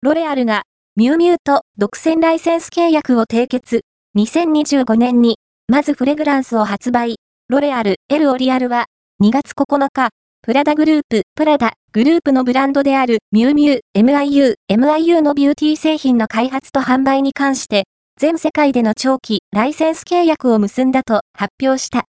ロレアルが、ミュウミュウと独占ライセンス契約を締結。2025年に、まずフレグランスを発売。ロレアル、エルオリアルは、2月9日、プラダグループ、プラダグループのブランドであるミュウミュウ、MIU のビューティー製品の開発と販売に関して、全世界での長期ライセンス契約を結んだと発表した。